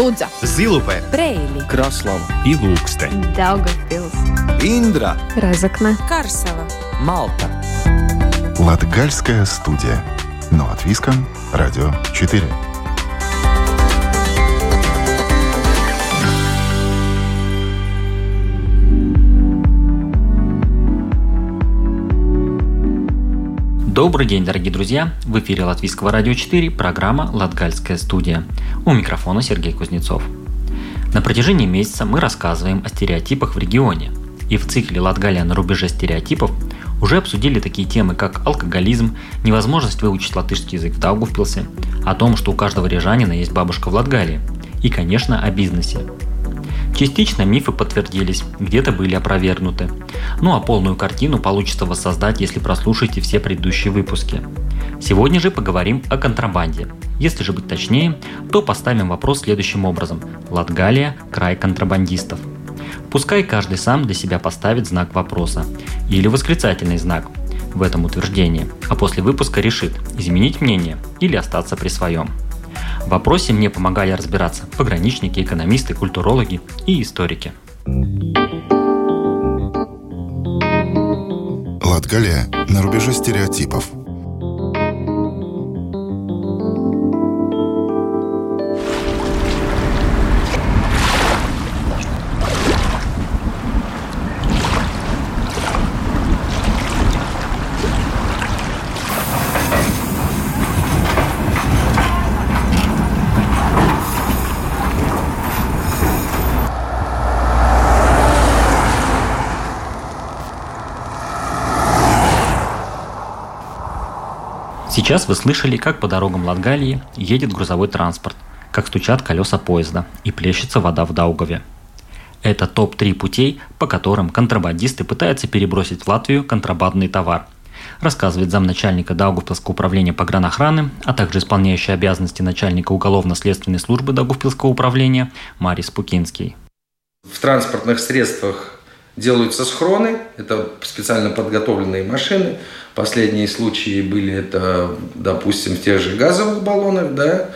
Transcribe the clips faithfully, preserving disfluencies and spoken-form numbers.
Лудза, Зилупе, Бреили, Краслава и Лукстē, Daugavpils, Индра, Разокне, Карсела, Малта. Латгальская студия. Но от Виска, Радио четыре. Добрый день, дорогие друзья! В эфире Латвийского радио четыре, программа «Латгальская студия». У микрофона Сергей Кузнецов. На протяжении месяца мы рассказываем о стереотипах в регионе. И в цикле «Латгалия на рубеже стереотипов» уже обсудили такие темы, как алкоголизм, невозможность выучить латышский язык в Даугавпилсе, о том, что у каждого рижанина есть бабушка в Латгалии, и, конечно, о бизнесе. Частично мифы подтвердились, где-то были опровергнуты. Ну а полную картину получится воссоздать, если прослушаете все предыдущие выпуски. Сегодня же поговорим о контрабанде. Если же быть точнее, то поставим вопрос следующим образом. Латгалия – край контрабандистов. Пускай каждый сам для себя поставит знак вопроса или восклицательный знак в этом утверждении, а после выпуска решит, изменить мнение или остаться при своем. В вопросе мне помогали разбираться пограничники, экономисты, культурологи и историки. Латгалия на рубеже стереотипов. Сейчас вы слышали, как по дорогам Латгалии едет грузовой транспорт, как стучат колеса поезда и плещется вода в Даугаве. Это топ три путей, по которым контрабандисты пытаются перебросить в Латвию контрабандный товар, рассказывает замначальника Даугавпилского управления погранохраны, а также исполняющий обязанности начальника уголовно-следственной службы Даугавпилского управления Марис Пукинский. В транспортных средствах делаются схроны, это специально подготовленные машины. Последние случаи были это, допустим, в тех же газовых баллонах, да,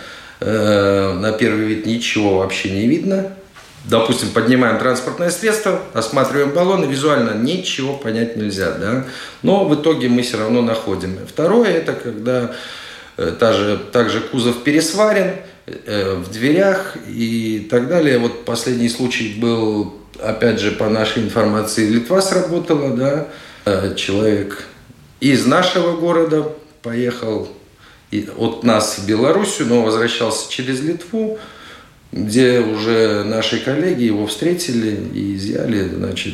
э, на первый вид ничего вообще не видно. Допустим, поднимаем транспортное средство, осматриваем баллоны, визуально ничего понять нельзя, да, но в итоге мы все равно находим. Второе, это когда э, та же, также кузов пересварен э, в дверях и так далее. Вот последний случай был, опять же, по нашей информации, Литва сработала, да, э, человек из нашего города поехал от нас в Белоруссию, но возвращался через Литву, где уже наши коллеги его встретили и изъяли, значит,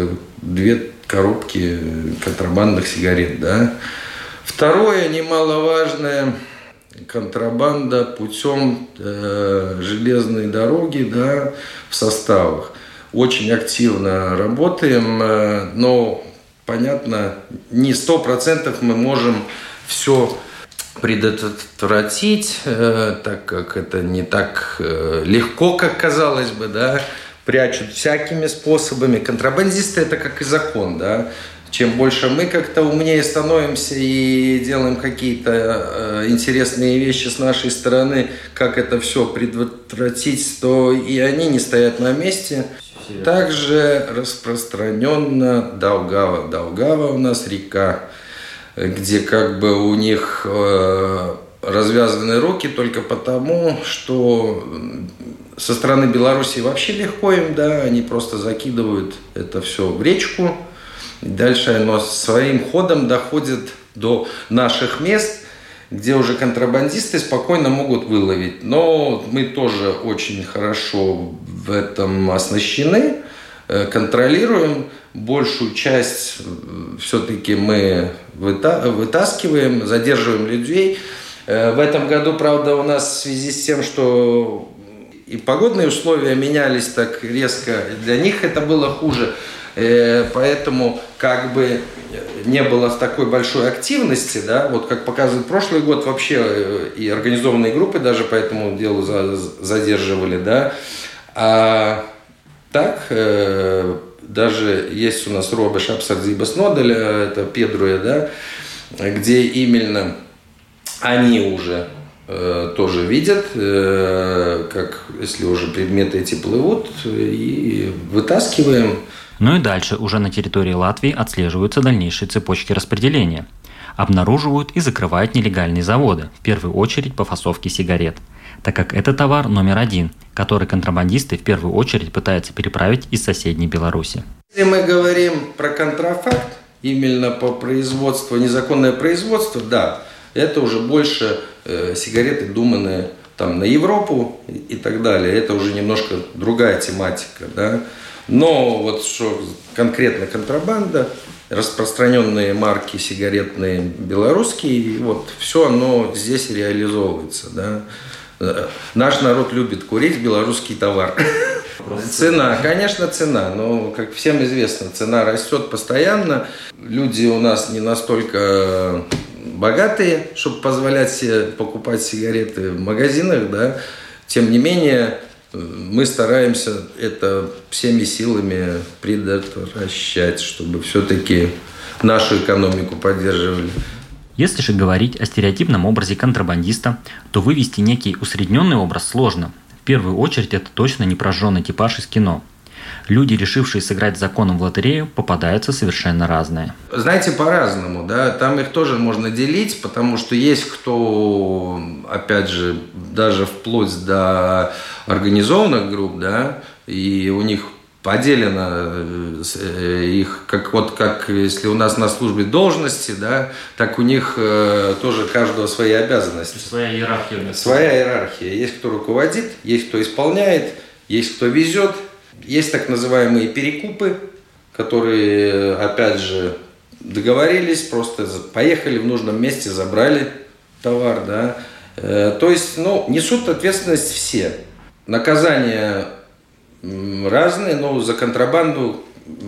две коробки контрабандных сигарет. Да. Второе, немаловажное, контрабанда путем э, железной дороги, да, в составах. Очень активно работаем, э, но понятно, не сто процентов мы можем все предотвратить, э, так как это не так э, легко, как казалось бы, да, прячут всякими способами. Контрабандисты – это как и закон, да. Чем больше мы как-то умнее становимся и делаем какие-то э, интересные вещи с нашей стороны, как это все предотвратить, то и они не стоят на месте. Также распространенно Даугава. Даугава у нас река, где как бы у них э, развязаны руки только потому, что со стороны Беларуси вообще легко им, да, они просто закидывают это все в речку. Дальше оно своим ходом доходит до наших мест, где уже контрабандисты спокойно могут выловить. Но мы тоже очень хорошо в этом оснащены, контролируем. Большую часть все-таки мы вытаскиваем, задерживаем людей. В этом году, правда, у нас в связи с тем, что и погодные условия менялись так резко, для них это было хуже. Поэтому как бы не было такой большой активности, да, вот как показывает прошлый год, вообще и организованные группы даже по этому делу задерживали, да, а так даже есть у нас Робеш Апсардзибас Ноделя, это Педруя, да, где именно они уже э, тоже видят, э, как если уже предметы эти плывут, и вытаскиваем. Ну и дальше уже на территории Латвии отслеживаются дальнейшие цепочки распределения. Обнаруживают и закрывают нелегальные заводы, в первую очередь по фасовке сигарет, так как это товар номер один, который контрабандисты в первую очередь пытаются переправить из соседней Беларуси. Если мы говорим про контрафакт, именно по производству, незаконное производство, да, это уже больше э, сигареты, думанные там на Европу и, и так далее. Это уже немножко другая тематика, да. Но вот что конкретно контрабанда, распространенные марки сигаретные белорусские, вот все оно здесь реализовывается, да. Наш народ любит курить белорусский товар. Цена, конечно, цена, но, как всем известно, цена растет постоянно. Люди у нас не настолько богатые, чтобы позволять себе покупать сигареты в магазинах, да. Тем не менее, мы стараемся это всеми силами предотвращать, чтобы все-таки нашу экономику поддерживали. Если же говорить о стереотипном образе контрабандиста, то вывести некий усредненный образ сложно. В первую очередь это точно не прожженный типаж из кино. Люди, решившие сыграть законом в лотерею, попадаются совершенно разные. Знаете, по-разному, да, там их тоже можно делить, потому что есть кто, опять же, даже вплоть до организованных групп, да, и у них поделено их, как вот как если у нас на службе должности, да, так у них э, тоже каждого свои обязанности. Своя иерархия. Своя иерархия. Есть кто руководит, есть кто исполняет, есть кто везет. Есть так называемые перекупы, которые, опять же, договорились, просто поехали в нужном месте, забрали товар, да. Э, то есть, ну, несут ответственность все. Наказания разные, но за контрабанду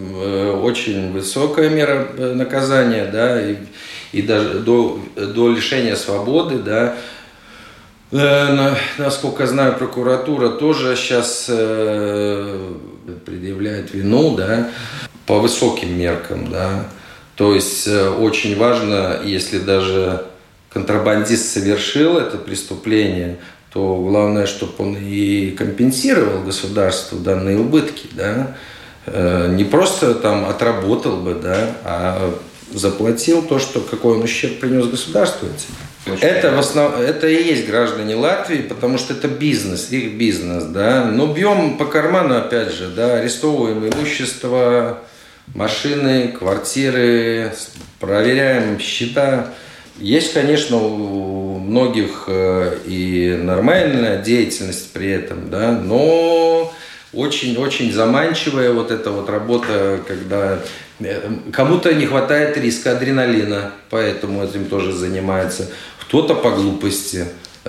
очень высокая мера наказания, да, и, и даже до, до лишения свободы, да. Насколько знаю, прокуратура тоже сейчас предъявляет вину, да, по высоким меркам, да. То есть очень важно, если даже контрабандист совершил это преступление, то главное, чтобы он и компенсировал государству данные убытки, да, не просто там отработал бы, да, а заплатил то, что какой он ущерб принес государству этим. Это, в основ... это и есть граждане Латвии, потому что это бизнес, их бизнес, да. Но бьем по карману, опять же, да, арестовываем имущество, машины, квартиры, проверяем счета. Есть, конечно, у многих и нормальная деятельность при этом, да, но очень-очень заманчивая вот эта вот работа, когда кому-то не хватает риска, адреналина, поэтому этим тоже занимается, кто-то по глупости.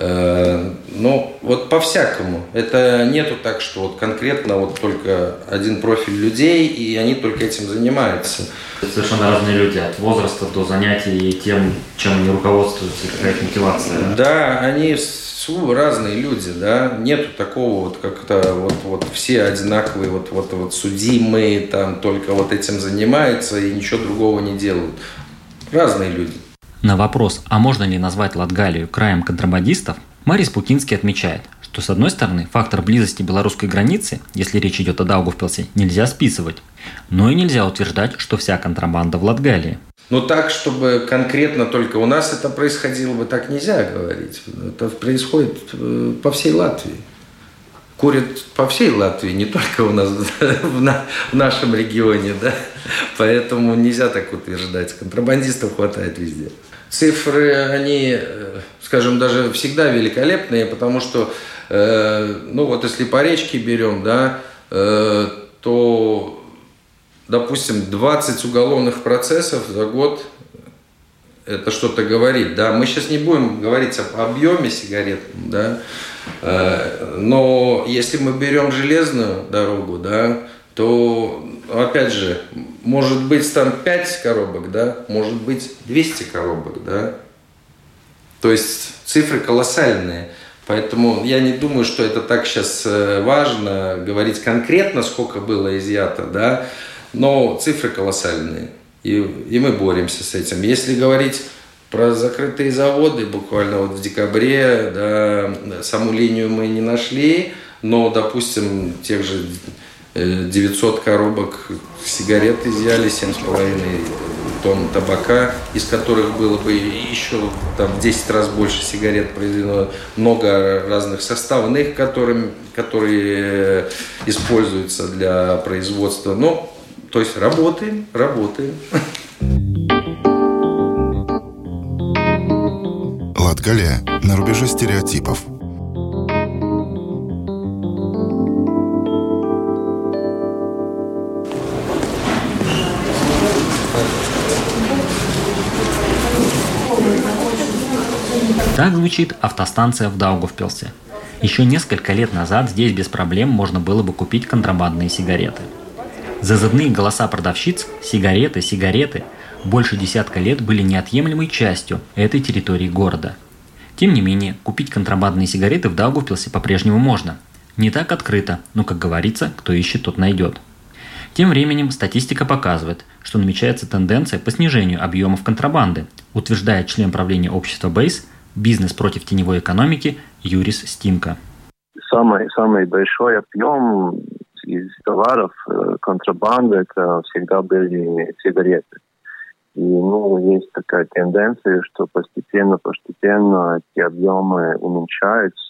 Ну, вот по-всякому. Это нету так, что вот конкретно вот только один профиль людей, и они только этим занимаются. Это совершенно разные люди, от возраста до занятий и тем, чем они руководствуются, какая-то мотивация. Да, они разные люди, да. Нету такого вот как-то вот, вот все одинаковые, вот, вот, вот судимые, там только вот этим занимаются и ничего другого не делают. Разные люди. На вопрос, а можно ли назвать Латгалию краем контрабандистов, Марис Пукинский отмечает, что с одной стороны фактор близости белорусской границы, если речь идет о Даугавпилсе, нельзя списывать, но и нельзя утверждать, что вся контрабанда в Латгалии. Ну так, чтобы конкретно только у нас это происходило бы, так нельзя говорить. Это происходит по всей Латвии. Курят по всей Латвии, не только у нас в нашем регионе, да. Поэтому нельзя так утверждать. Контрабандистов хватает везде. Цифры, они, скажем, даже всегда великолепные, потому что, ну вот если по речке берем, да, то, допустим, двадцать уголовных процессов за год, это что-то говорит, да. Мы сейчас не будем говорить об объеме сигарет, да, но если мы берем железную дорогу, да, то, опять же, может быть там пять коробок, да, может быть двести коробок, да. То есть цифры колоссальные. Поэтому я не думаю, что это так сейчас важно говорить конкретно, сколько было изъято, да, но цифры колоссальные. И, и мы боремся с этим. Если говорить Про закрытые заводы буквально вот в декабре, да, саму линию мы не нашли, но, допустим, тех же девятьсот коробок сигарет изъяли, семь с половиной тонн табака, из которых было бы еще там, в десять раз больше сигарет произведено, много разных составных, которыми, которые используются для производства. Ну, то есть работаем, работаем. Латгалия на рубеже стереотипов. Так звучит автостанция в Даугавпилсе. Еще несколько лет назад здесь без проблем можно было бы купить контрабандные сигареты. Зазывные голоса продавщиц «сигареты, сигареты» больше десятка лет были неотъемлемой частью этой территории города. Тем не менее, купить контрабандные сигареты в Даугавпилсе по-прежнему можно. Не так открыто, но, как говорится, кто ищет, тот найдет. Тем временем статистика показывает, что намечается тенденция по снижению объемов контрабанды, утверждает член правления общества Бейс «Бизнес против теневой экономики» Юрис Стинка. Самый, самый большой объем из товаров контрабанды это всегда были сигареты. И ну, есть такая тенденция, что постепенно-постепенно эти объемы уменьшаются.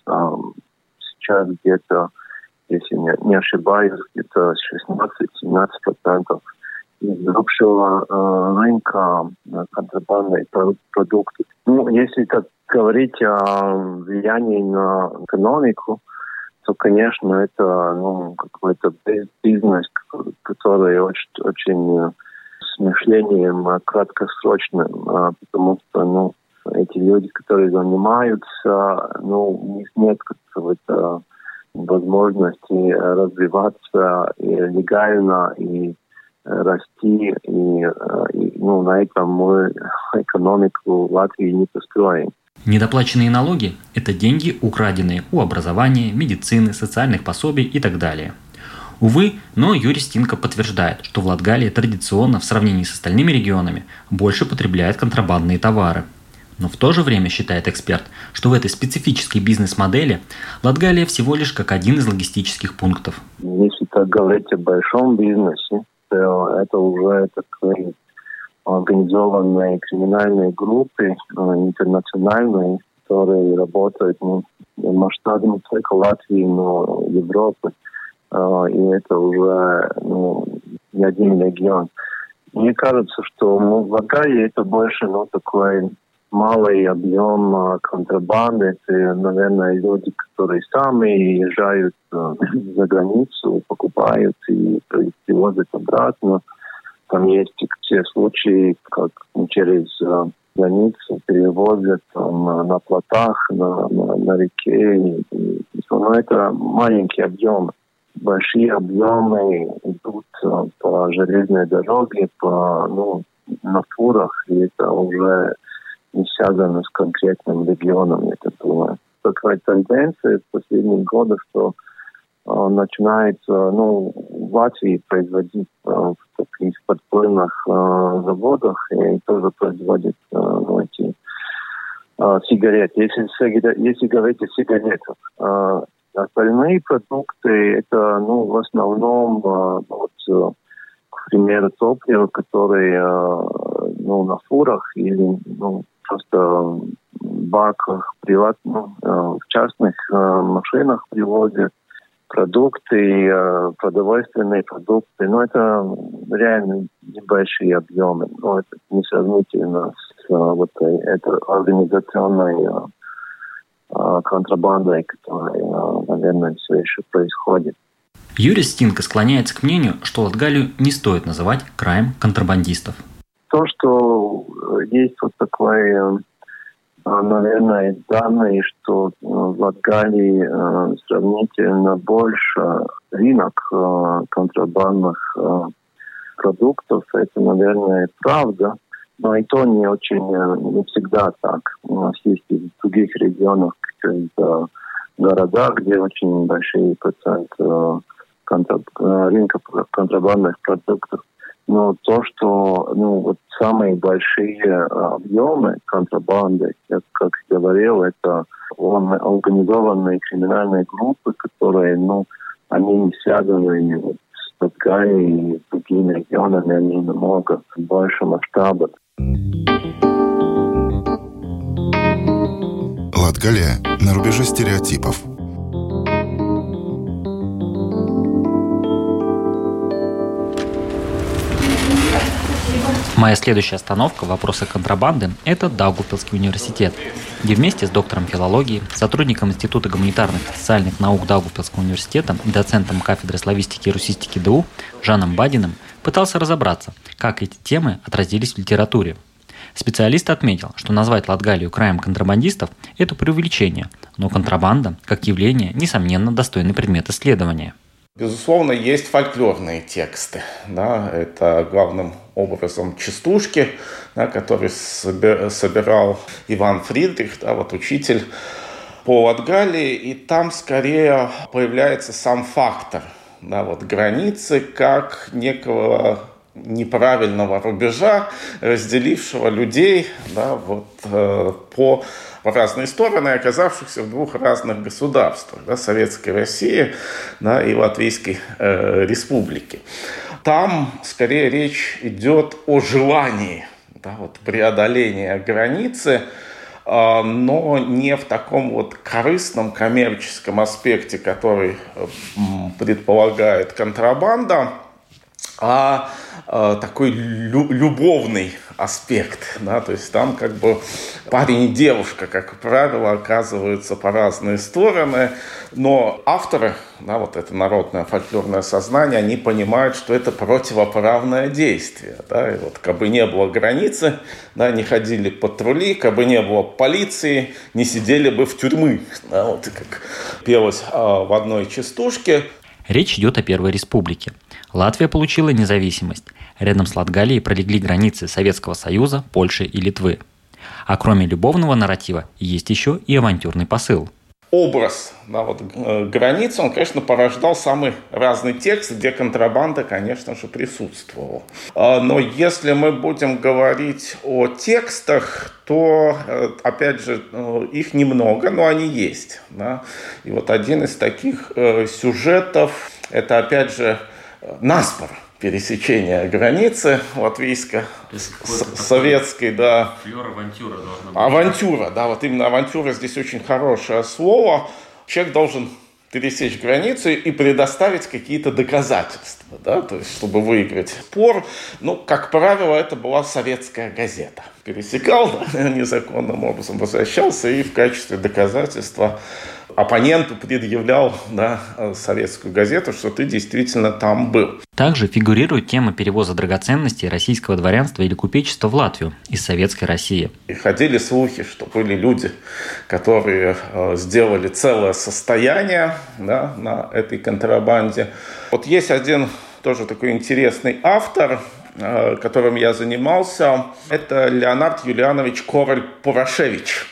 Сейчас где-то, если не ошибаюсь, где-то шестнадцать-семнадцать процентов из общего э, рынка контрабандной продукции. Ну, если так говорить о влиянии на экономику, то, конечно, это ну, какой-то бизнес, который очень, очень с мышлением краткосрочным, потому что ну, эти люди, которые занимаются, ну, у них нет какой-то возможности развиваться и легально, и расти, и, и ну, на этом мы экономику Латвии не построим. Недоплаченные налоги – это деньги, украденные у образования, медицины, социальных пособий и так далее. Увы, но Юрий Стинка подтверждает, что в Латгалии традиционно в сравнении с остальными регионами больше потребляют контрабандные товары. Но в то же время считает эксперт, что в этой специфической бизнес-модели Латгалия всего лишь как один из логистических пунктов. Если так говорить о большом бизнесе, то это уже такой организованные криминальные группы, интернациональные, которые работают ну, в масштабе не только Латвии, но и Европы. И это уже ну, не один регион. Мне кажется, что ну, в Латгалии это больше ну, такой малый объем контрабанды. Это, наверное, люди, которые сами езжают за границу, покупают и привозят обратно. Там есть те случаи, как через э, границу перевозят там, на плотах, на, на, на реке. И, и, но это маленькие объемы. Большие объемы идут э, по железной дороге, по, ну, на фурах, и это уже не связано с конкретным регионом, я думаю. Такая тенденция в последние годы, что начинается ну, в Латвии производить э, в таких подпольных э, заводах и тоже производят э, ну, эти э, сигареты. Если, если говорить о сигаретах, э, остальные продукты это ну, в основном э, вот, э, к примеру топливо, которые э, ну, на фурах или ну, просто в баках приватных, э, в частных э, машинах привозят. Продукты, продовольственные продукты, но это реально небольшие объемы. Но это несравнительно с вот этой организационной контрабандой, которая, наверное, все еще происходит. Юрий Стинка склоняется к мнению, что Латгалию не стоит называть краем контрабандистов. То, что есть вот такой... Наверное, данные, что в Латгалии э, сравнительно больше рынок э, контрабандных э, продуктов. Это, наверное, правда. Но и то не очень, не всегда так. У нас есть и в других регионах, каких-то городах, где очень большой процент э, контра... рынка контрабандных продуктов. Но то, что ну, вот самые большие объемы контрабанды, я как говорил, это организованные криминальные группы, которые, ну, они не связаны вот, с Латгалией и с другими регионами, они намного больше масштаба. Латгалия на рубеже стереотипов. Моя следующая остановка «Вопросы контрабанды» – это Даугавпилский университет, где вместе с доктором филологии, сотрудником Института гуманитарных и социальных наук Даугавпилского университета, доцентом кафедры славистики и русистики ДУ Жаном Бадиным пытался разобраться, как эти темы отразились в литературе. Специалист отметил, что назвать Латгалию краем контрабандистов – это преувеличение, но контрабанда, как явление, несомненно, достойный предмет исследования. Безусловно, есть фольклорные тексты. Да, это главным образом частушки, да, которые собирал Иван Фридрих, да, вот учитель по Латгалии, и там скорее появляется сам фактор, да, вот границы как некого неправильного рубежа, разделившего людей, да, вот, э, по в разные стороны, оказавшихся в двух разных государствах, да, Советской России, да, и Латвийской э, Республики. Там скорее речь идет о желании, да, вот, преодоления границы, э, но не в таком вот корыстном коммерческом аспекте, который э, предполагает контрабанда, а э, такой лю- любовный аспект, да, то есть там как бы парень и девушка, как правило, оказываются по разные стороны, но авторы, да, вот это народное фольклорное сознание, они понимают, что это противоправное действие, да, и вот как бы не было границы, да, не ходили патрули, как бы не было полиции, не сидели бы в тюрьмы, да, вот как пелось а, в одной частушке. Речь идет о Первой Республике. Латвия получила независимость. Рядом с Латгалией пролегли границы Советского Союза, Польши и Литвы. А кроме любовного нарратива, есть еще и авантюрный посыл. Образ, да, вот, э, границы, он, конечно, порождал самый разный текст, где контрабанда, конечно же, присутствовала. Э, но если мы будем говорить о текстах, то, э, опять же, э, их немного, но они есть. Да? И вот один из таких э, сюжетов, это, опять же, наспор. Пересечение границы латвийско-советской, да. Флёр-авантюра должна быть. Авантюра, да, вот именно авантюра здесь очень хорошее слово. Человек должен пересечь границу и предоставить какие-то доказательства, да, то есть, чтобы выиграть спор. Ну, как правило, это была советская газета. Пересекал, да, незаконным образом, возвращался и в качестве доказательства оппоненту предъявлял, да, советскую газету, что ты действительно там был. Также фигурирует тема перевоза драгоценностей российского дворянства или купечества в Латвию из Советской России. И ходили слухи, что были люди, которые э, сделали целое состояние, да, на этой контрабанде. Вот есть один тоже такой интересный автор, э, которым я занимался. Это Леонард Юлианович Король-Порошевич.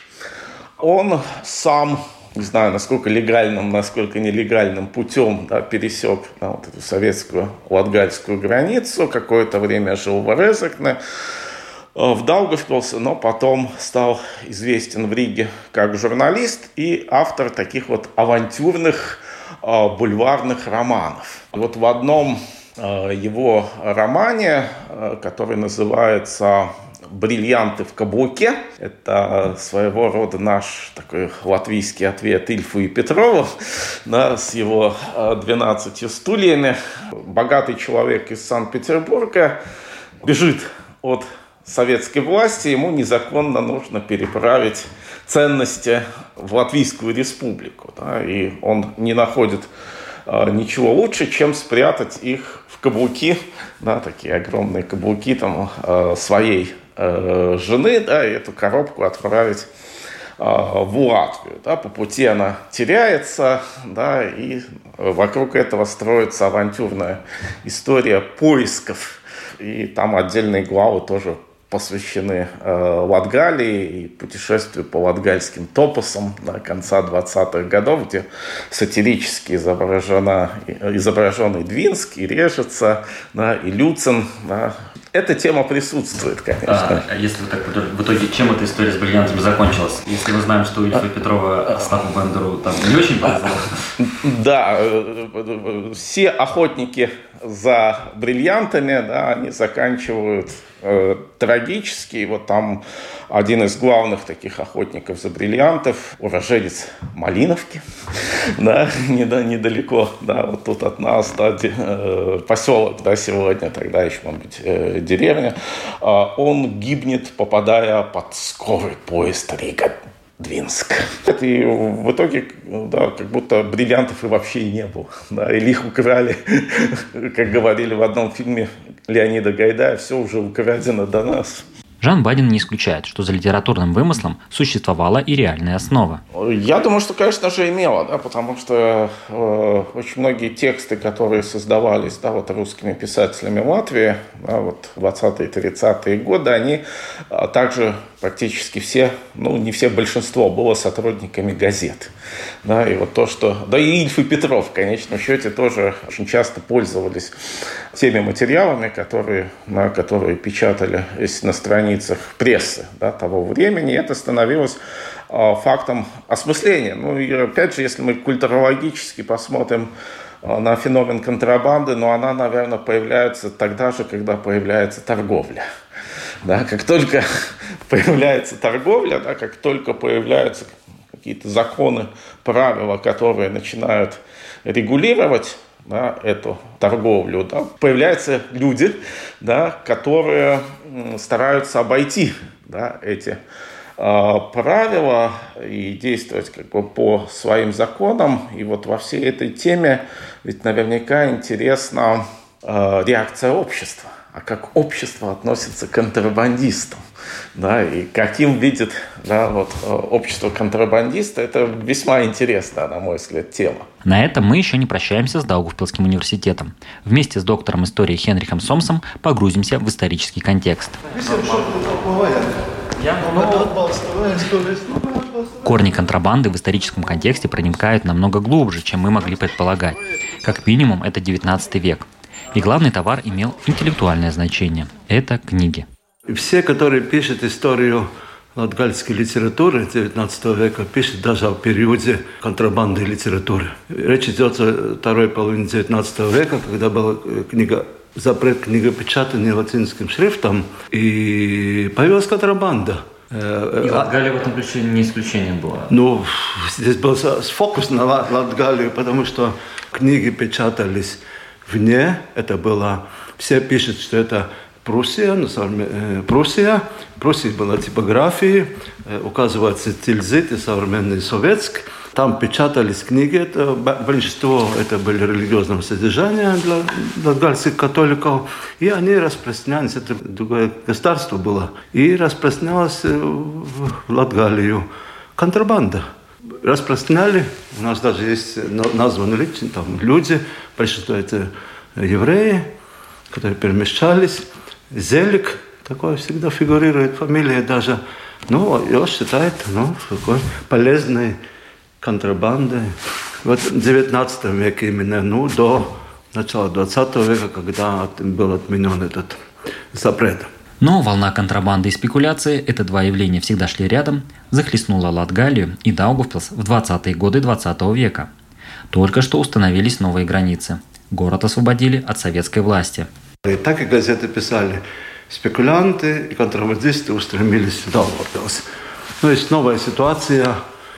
Он сам, не знаю, насколько легальным, насколько нелегальным путем, да, пересек, да, вот эту советскую латгальскую границу, какое-то время жил в Резекне, в Даугавпилсе, но потом стал известен в Риге как журналист и автор таких вот авантюрных э, бульварных романов. Вот в одном э, его романе, э, который называется «Бриллианты в каблуке». Это своего рода наш такой латвийский ответ Ильфу и Петрову, да, с его двенадцатью стульями. Богатый человек из Санкт-Петербурга бежит от советской власти, ему незаконно нужно переправить ценности в Латвийскую республику. Да, и он не находит э, ничего лучше, чем спрятать их в каблуки, да, такие огромные каблуки там, э, своей э, жены, да, и эту коробку отправить э, в Латвию. Да. По пути она теряется, да, и вокруг этого строится авантюрная история поисков. И там отдельные главы тоже посвящены э, Латгалии и путешествию по латгальским топосам до конца двадцатых годов, где сатирически изображена, изображен и Двинск, и Режица, да, и Люцин. Да. Эта тема присутствует, конечно. А если вы так в итоге, чем эта история с бриллиантами закончилась? Если мы знаем, что у Ильфа Петрова Остапу Бендеру там не очень повезло. Да, все охотники за бриллиантами, да, они заканчивают э, трагически. И вот там один из главных таких охотников за бриллиантов, уроженец Малиновки, да, недалеко, да, вот тут от нас, да, э, поселок, да, сегодня, тогда еще, может быть, э, деревня, э, он гибнет, попадая под скорый поезд Рига-Двинск. И в итоге, да, как будто бриллиантов и вообще и не было. Да, или их украли, как говорили в одном фильме Леонида Гайдая, все уже украдено до нас. Жан Бадин не исключает, что за литературным вымыслом существовала и реальная основа. Я думаю, что, конечно же, имела, да, потому что э, очень многие тексты, которые создавались, да, вот, русскими писателями в Латвии, да, вот, двадцатые-тридцатые годы, они а, также практически все, ну, не все, большинство было сотрудниками газет. Да, и вот то, что... Да и Ильф и Петров, в конечном счете, тоже очень часто пользовались теми материалами, которые, да, которые печатали на страницах прессы, да, того времени. И это становилось э, фактом осмысления. Ну и опять же, если мы культурологически посмотрим э, на феномен контрабанды, но она, наверное, появляется тогда же, когда появляется торговля. Да, как только появляется торговля, да, как только появляются какие-то законы, правила, которые начинают регулировать, да, эту торговлю, да, появляются люди, да, которые стараются обойти, да, эти э, правила и действовать как бы по своим законам. И вот во всей этой теме ведь наверняка интересна э, реакция общества. А как общество относится к контрабандистам, да, и каким видит, да, вот, общество контрабандиста, это весьма интересная, на мой взгляд, тема. На этом мы еще не прощаемся с Даугавпилским университетом. Вместе с доктором истории Хенрихом Сомсом погрузимся в исторический контекст. Корни контрабанды в историческом контексте проникают намного глубже, чем мы могли предполагать. Как минимум, это девятнадцатый век. И главный товар имел интеллектуальное значение. Это книги. Все, которые пишут историю латгальской литературы девятнадцатого века, пишут даже о периоде контрабанды литературы. Речь идет о второй половине девятнадцатого века, когда была книга, запрет книгопечатания латинским шрифтом, и появилась контрабанда. И Латгалия в этом ключе не исключением была. Ну, здесь был фокус на Латгалию, потому что книги печатались вне, это было, все пишут, что это Пруссия, на самом деле, Пруссия, в Пруссии была типография, указывается Тильзит и современный Советск, там печатались книги, это, большинство это были религиозного содержания для латгальских католиков, и они распространялись, это другое государство было, и распространялась в Латгалию контрабанда. Распространяли, у нас даже есть названы лично, там люди, большинство это евреи, которые перемещались. Зелик, такое всегда фигурирует, фамилия даже. Ну, его считают, ну, такой полезной контрабандой. Вот в девятнадцатом веке именно, ну, до начала двадцатого века, когда был отменен этот запрет. Но волна контрабанды и спекуляции, это два явления всегда шли рядом, захлестнула Латгалию и Даугавпилс в двадцатые годы двадцатого века. Только что установились новые границы. Город освободили от советской власти. И так и газеты писали, спекулянты и контрабандисты устремились в Даугавпилс. То есть новая ситуация,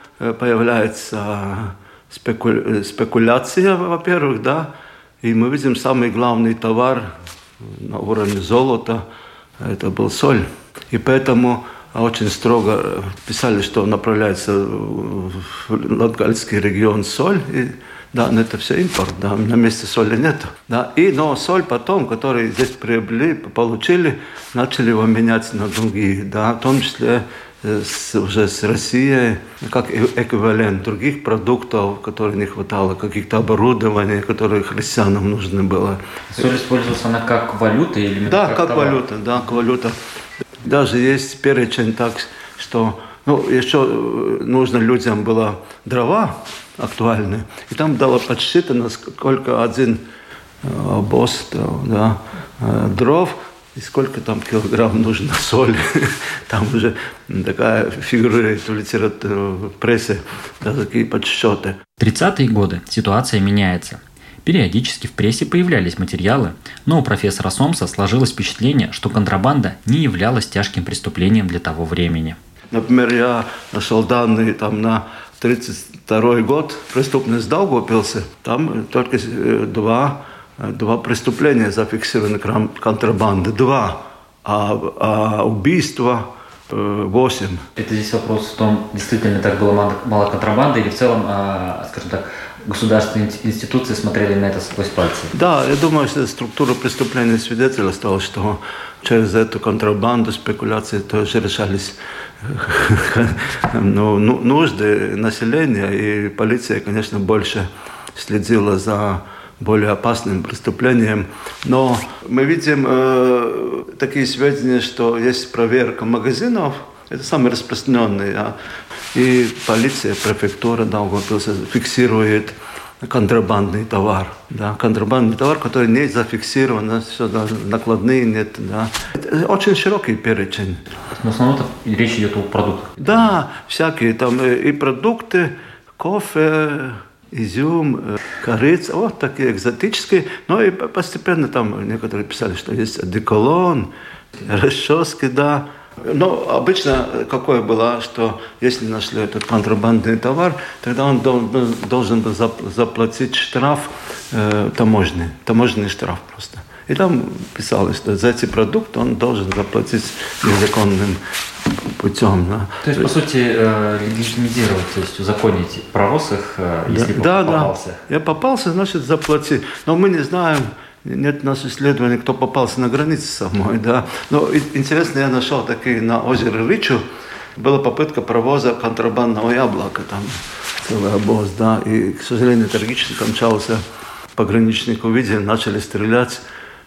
появляется спеку... спекуляция, во-первых, да, и мы видим самый главный товар на уровне золота, это был соль. И поэтому очень строго писали, что направляется в Латгальский регион соль. И, да, но это все импорт, да, на месте соли нет. Да. И, но соль потом, которые здесь приобрели, получили, начали его менять на другие, да, в том числе с, уже с Россией, как эквивалент других продуктов, которые не хватало, каких-то оборудований, которые христианам нужно было. Соль использовалась она как валюта? Или да, как, как валюта, да, как валюта. Даже есть перечень так, что ну, еще нужно людям было дрова актуальны. И там было подсчитано, сколько один обоз да, дров, и сколько там килограмм нужно соли. Там уже такая фигурирует в литературе, в прессе, да, такие подсчеты. В тридцатые годы ситуация меняется. Периодически в прессе появлялись материалы, но у профессора Сомса сложилось впечатление, что контрабанда не являлась тяжким преступлением для того времени. Например, я нашел данные там, на тридцать второй год, преступность Даугавпилсе, там только два, два преступления зафиксированы контрабанды, два, а, а убийства восемь. Это здесь вопрос в том, действительно так было мало, мало контрабанды или в целом, скажем так, государственные институции смотрели на это сквозь пальцы? Да, я думаю, что структура преступления свидетельствовала, что через эту контрабанду, спекуляции тоже решались ну, нужды населения, и полиция, конечно, больше следила за более опасным преступлением. Но мы видим э, такие сведения, что есть проверка магазинов, это самые распространенные, а, и полиция, префектура Даугавпилса фиксирует контрабандный товар. Да, контрабандный товар, который не зафиксирован, все, даже накладные нет. Да. Это очень широкий перечень. В основном речь идет о продуктах. Да, всякие там и продукты, кофе, изюм, корица, вот такие экзотические. Но и постепенно там некоторые писали, что есть одеколон, расчески, да. Но обычно какое было, что если нашли этот контрабандный товар, тогда он должен, должен был заплатить штраф э, таможенный, таможенный штраф просто. И там писалось, что за эти продукты он должен заплатить незаконным путем. Да. То есть, по сути, э, легитимизировать, то есть узаконить провоз их, э, если да, попался. Да, я попался, значит, заплати. Но мы не знаем, нет у нас исследований, кто попался на границе самой. Да. Но интересно, я нашел такие на озере Ричу. Была попытка провоза контрабандного яблока, там целый обоз. Да. И, к сожалению, трагически кончался. Пограничник увидел, начали стрелять,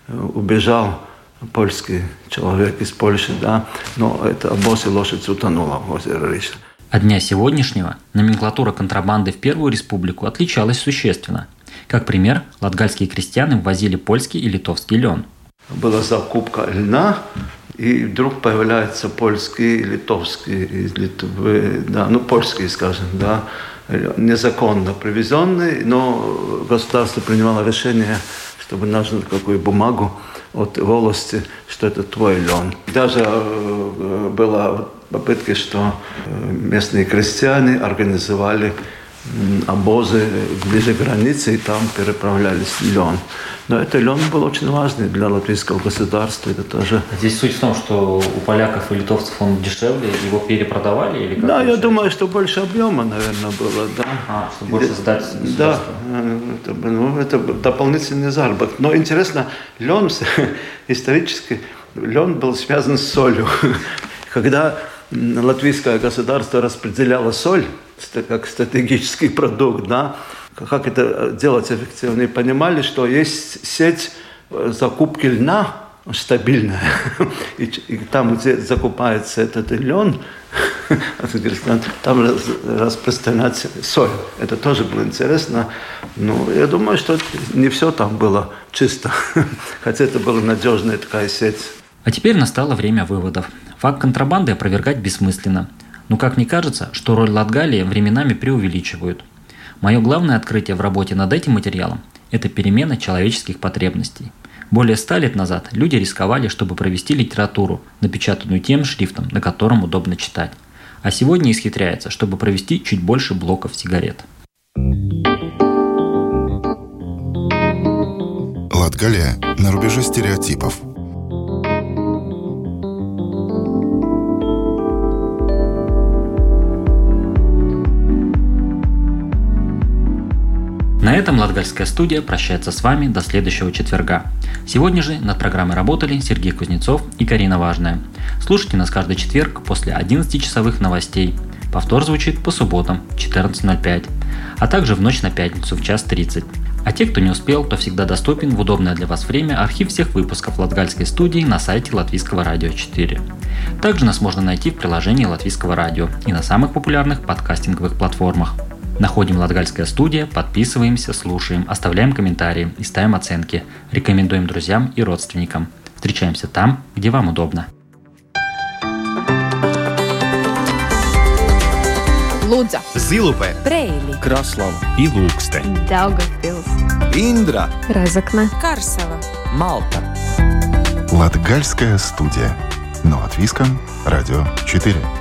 убежал польский человек из Польши, да, но это обоз и лошадь утонула в озере Рич. От дня сегодняшнего номенклатура контрабанды в Первую Республику отличалась существенно. Как пример, латгальские крестьяне ввозили польский и литовский лен. Была закупка льна, и вдруг появляются польские и литовские из Литвы, да, ну польские, скажем, да, незаконно привезенные, но государство принимало решение, чтобы нужно какую бумагу от волости, что это твой лен. Даже э, была попытка, что местные крестьяне организовали обозы ближе к границе, и там переправлялись лен. Но это лен был очень важный для латвийского государства. Это тоже... Здесь суть в том, что у поляков и литовцев он дешевле, его перепродавали? Или как да, получается? Я думаю, что больше объема, наверное, было. Да, а, чтобы больше сдать государству. Да, это, ну, это дополнительный заработок. Но интересно, лен исторически, лен был связан с солью. Когда латвийское государство распределяло соль, как стратегический продукт, да, как это делать эффективно, и понимали, что есть сеть закупки льна стабильная, и, и там, где закупается этот лен, там распространять соль. Это тоже было интересно. Но я думаю, что не все там было чисто, хотя это была надежная такая сеть. А теперь настало время выводов. Факт контрабанды опровергать бессмысленно. Но как мне кажется, что роль Латгалии временами преувеличивают. Мое главное открытие в работе над этим материалом – это перемена человеческих потребностей. Более ста лет назад люди рисковали, чтобы провести литературу, напечатанную тем шрифтом, на котором удобно читать. А сегодня исхитряется, чтобы провести чуть больше блоков сигарет. Латгалия на рубеже стереотипов. На этом Латгальская студия прощается с вами до следующего четверга. Сегодня же над программой работали Сергей Кузнецов и Карина Важная. Слушайте нас каждый четверг после одиннадцатичасовых новостей. Повтор звучит по субботам в четырнадцать ноль пять, а также в ночь на пятницу в час тридцать. А те, кто не успел, то всегда доступен в удобное для вас время архив всех выпусков Латгальской студии на сайте Латвийского радио четыре. Также нас можно найти в приложении Латвийского радио и на самых популярных подкастинговых платформах. Находим Латгальская студия, подписываемся, слушаем, оставляем комментарии и ставим оценки. Рекомендуем друзьям и родственникам. Встречаемся там, где вам удобно. Лудза, Зилупе, Брейли, Краслава и Лукстē, Daugavpils, Индра, Разокна, Карсела, Малта. Латгальская студия. На Латвийском радио четыре.